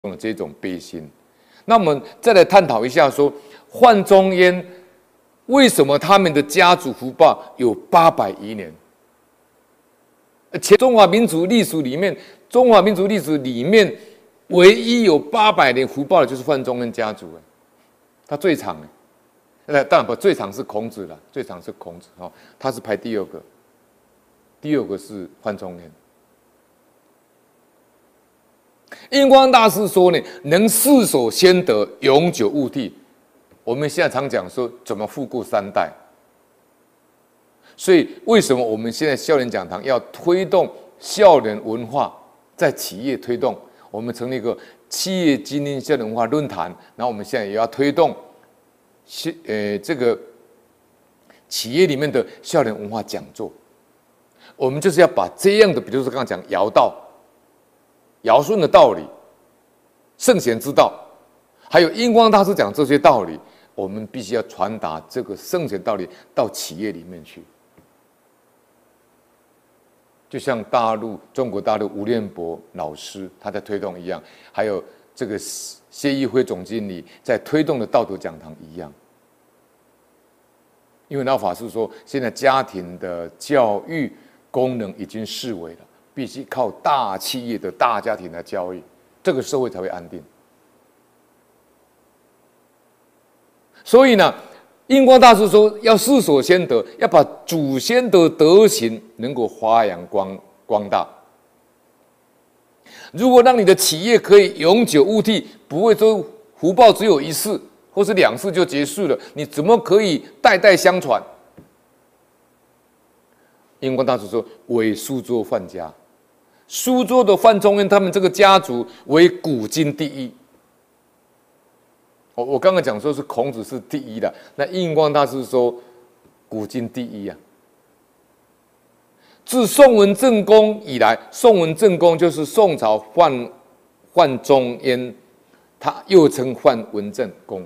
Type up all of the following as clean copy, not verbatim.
的这种悲心。那我们再来探讨一下说，范仲淹为什么他们的家族福报有800余年？中华民族历史里面，唯一有800年福报的就是范仲淹家族，他最长。当然不，最长是孔子了，他是排第2个，第2个是范仲淹。印光大师说呢，能世所先得，永久勿替。我们现在常讲说，怎么富过3代？所以，为什么我们现在孝廉讲堂要推动孝廉文化，在企业推动？我们成立一个企业经营孝廉文化论坛，然后我们现在也要推动，这个企业里面的孝廉文化讲座。我们就是要把这样的，比如说刚刚讲尧道、尧舜的道理、圣贤之道，还有印光大师讲这些道理，我们必须要传达这个圣贤道理到企业里面去。就像中国大陆吴念博老师他在推动一样，还有这个谢义辉总经理在推动的道德讲堂一样。因为老法师说，现在家庭的教育功能已经式微了，必须靠大企业的大家庭来教育，这个社会才会安定。所以呢，印光大师说，要世所先得，要把祖先的德行能够发扬光大。如果让你的企业可以永久勿替，不会说福报只有1世或是2世就结束了，你怎么可以代代相传？印光大师说，为苏州范家，苏州的范仲淹他们这个家族为古今第一。我刚刚讲说是孔子是第一的，那印光大师说古今第一啊。自宋文正公以来，宋文正公就是宋朝范仲淹，他又称范文正公。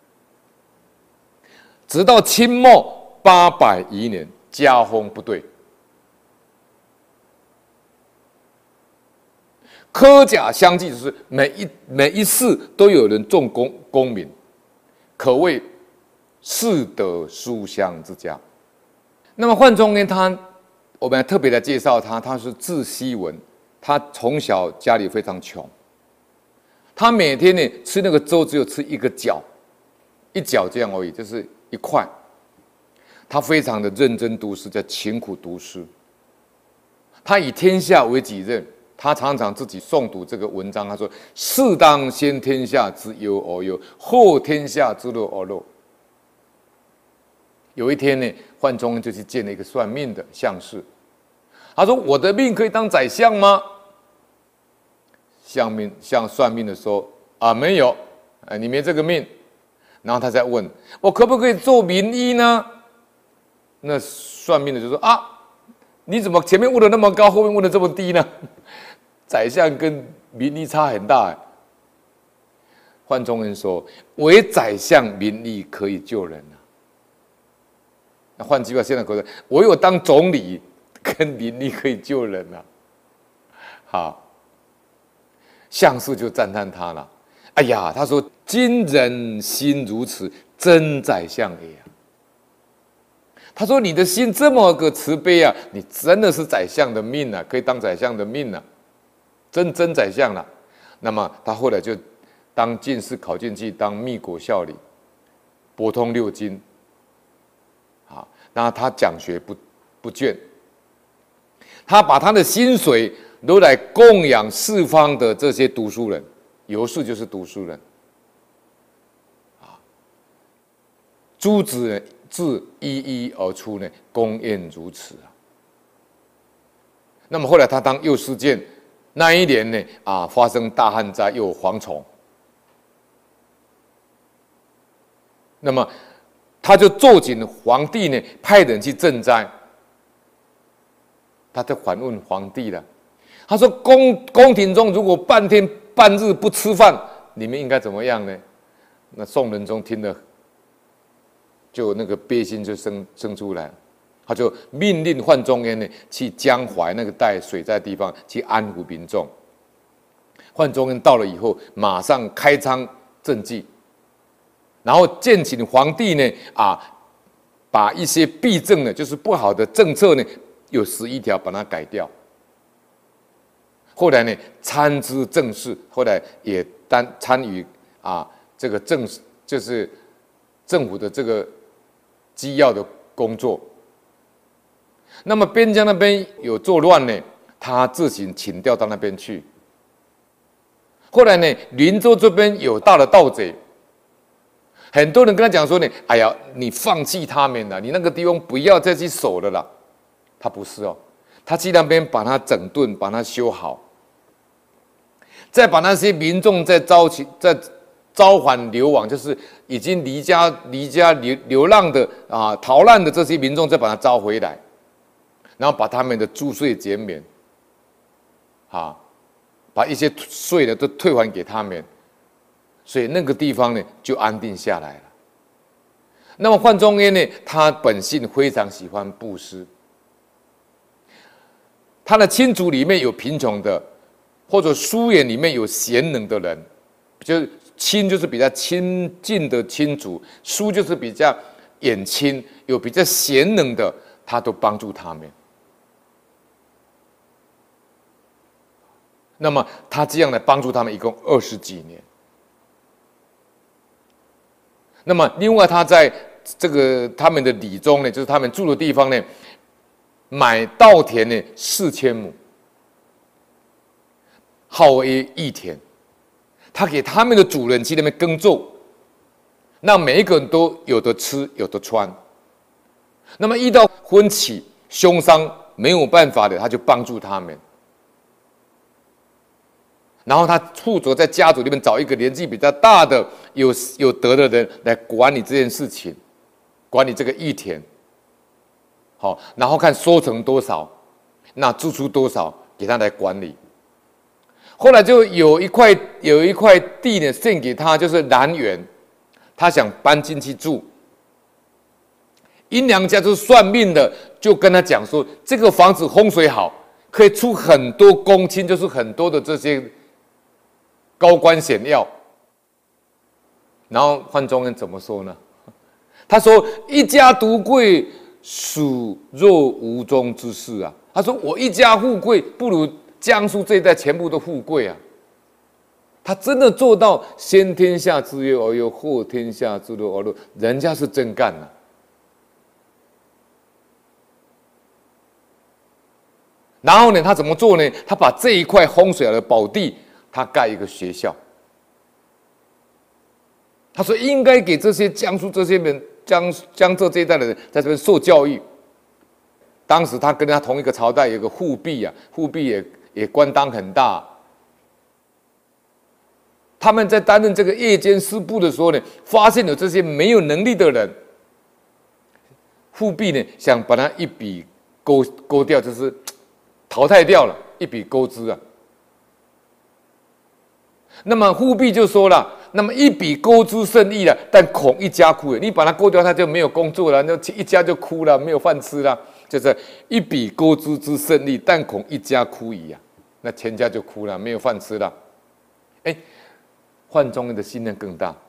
直到清末800余年，家风不对，科甲相继，就是每一世都有人中功名，可谓世德书香之家。那么范仲淹我们特别来介绍他是字希文，他从小家里非常穷，他每天呢吃那个粥只有吃1个角，1角这样而已，就是1块。他非常的认真读诗，叫勤苦读诗。他以天下为己任。他常常自己诵读这个文章，他说：“适当先天下之忧而忧，后天下之乐而乐。”有一天呢，范仲淹就去见了一个算命的相士，他说：“我的命可以当宰相吗？”算命的说：“啊，没有，你没这个命。”然后他再问：“我可不可以做名医呢？”那算命的就说：“啊，你怎么前面问的那么高，后面问的这么低呢？宰相跟名医差很大。”范仲淹说：“唯宰相名利可以救人啊。”那换句话现在口说，唯有当总理跟名利可以救人啊。好，相士就赞叹他了。哎呀，他说：“今人心如此，真宰相也啊。”他说：“你的心这么个慈悲啊，你真的是宰相的命啊，可以当宰相的命啊，真宰相了。”那么他后来就当进士，考进去当密国校理，博通6经。好，那他讲学不倦，他把他的薪水都来供养四方的这些读书人，尤氏就是读书人。诸子自一一而出呢，公宴如此啊。那么后来他当右司谏，那一年呢发生大旱灾，又有蝗虫，那么他就奏请皇帝呢，派人去赈灾。他在反问皇帝了，他说宫廷中如果半天半日不吃饭，你们应该怎么样呢？那宋仁宗听了，就那个悲心就生出来，他就命令范仲淹呢去江淮那个带水灾的地方去安抚民众。 范仲淹到了以后，马上开仓赈济，然后建请皇帝呢，把一些弊政呢，就是不好的政策呢，有11条把它改掉。后来呢，参知政事，后来也参与这个就是政府的这个机要的工作。那么边疆那边有作乱呢，他自行请调到那边去。后来呢，林州这边有大的盗贼，很多人跟他讲说呢，哎呀，你放弃他们了，你那个地方不要再去守了啦。他不是哦，他去那边把它整顿，把它修好，再把那些民众再召还流亡，就是已经离家流浪的逃难的这些民众，再把他招回来，然后把他们的租税减免，把一些税的都退还给他们，所以那个地方呢就安定下来了。那么范仲淹呢，他本性非常喜欢布施，他的亲族里面有贫穷的，或者疏远里面有贤能的人，就是亲就是比较亲近的亲族，疏就是比较远亲，有比较贤能的，他都帮助他们。那么他这样来帮助他们，一共20几年。那么另外他在这个他们的里中呢，就是他们住的地方呢，买稻田呢4000亩，号为义田。他给他们的主人去那边耕种，让每一个人都有得吃有得穿。那么遇到婚期凶伤没有办法的，他就帮助他们。然后他负责在家族里面找一个年纪比较大的、有德的人来管理这件事情，管理这个义田。好，然后看收成多少，那支出多少，给他来管理。后来就有一块地呢，献给他，就是南园，他想搬进去住。阴阳家就是算命的，就跟他讲说，这个房子风水好，可以出很多公卿，就是很多的这些高官显要。然后范仲淹怎么说呢？他说：“一家独贵，属若无中之事啊。”他说：“我一家富贵，不如江苏这一带全部都富贵啊。”他真的做到先天下之忧而忧，后天下之乐而乐，人家是真干啊。然后呢，他怎么做呢？他把这一块风水好的宝地，他盖一个学校。他说应该给这些江苏这些人，江浙这一带的人在这边受教育。当时他跟他同一个朝代有个忽必啊，忽必也官当很大。他们在担任这个夜间司部的时候呢，发现有这些没有能力的人，忽必呢想把他一笔勾掉，就是淘汰掉了，一笔勾资啊。那么忽必就说了，那么一笔勾资胜利了，但恐一家哭。你把他勾掉，他就没有工作了，那一家就哭了，没有饭吃了。就是一笔勾资之胜利，但恐一家哭矣啊！那全家就哭了，没有饭吃了。范仲淹的信念更大，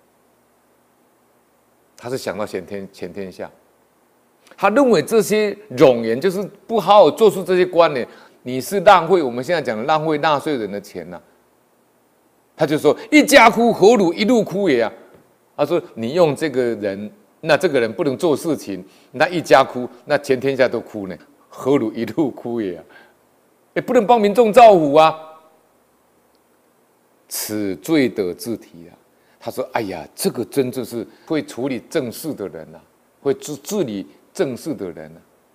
他是想到全天下，他认为这些冗员就是不好好做出这些官呢，你是浪费我们现在讲的浪费纳税人的钱呐。他就说：“一家哭，何如一路哭也啊？”他说：“你用这个人，那这个人不能做事情，那一家哭，那全天下都哭呢，何如一路哭也啊？也不能帮民众造福啊。”此罪得自提啊！他说：“哎呀，这个真正是会处理政事的人啊，会治理政事的人啊，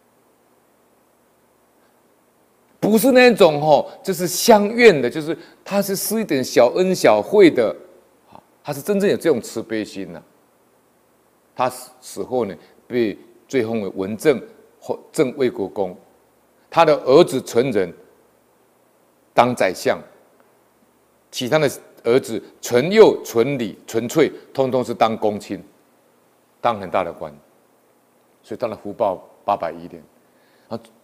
不是那种就是相怨的，就是他是施一点小恩小惠的，他是真正有这种慈悲心呐。他死后呢，被追封为文正，正魏国公，他的儿子纯仁当宰相。”其他的儿子纯佑、纯礼、纯粹，通通是当公卿，当很大的官，所以当然福报810年。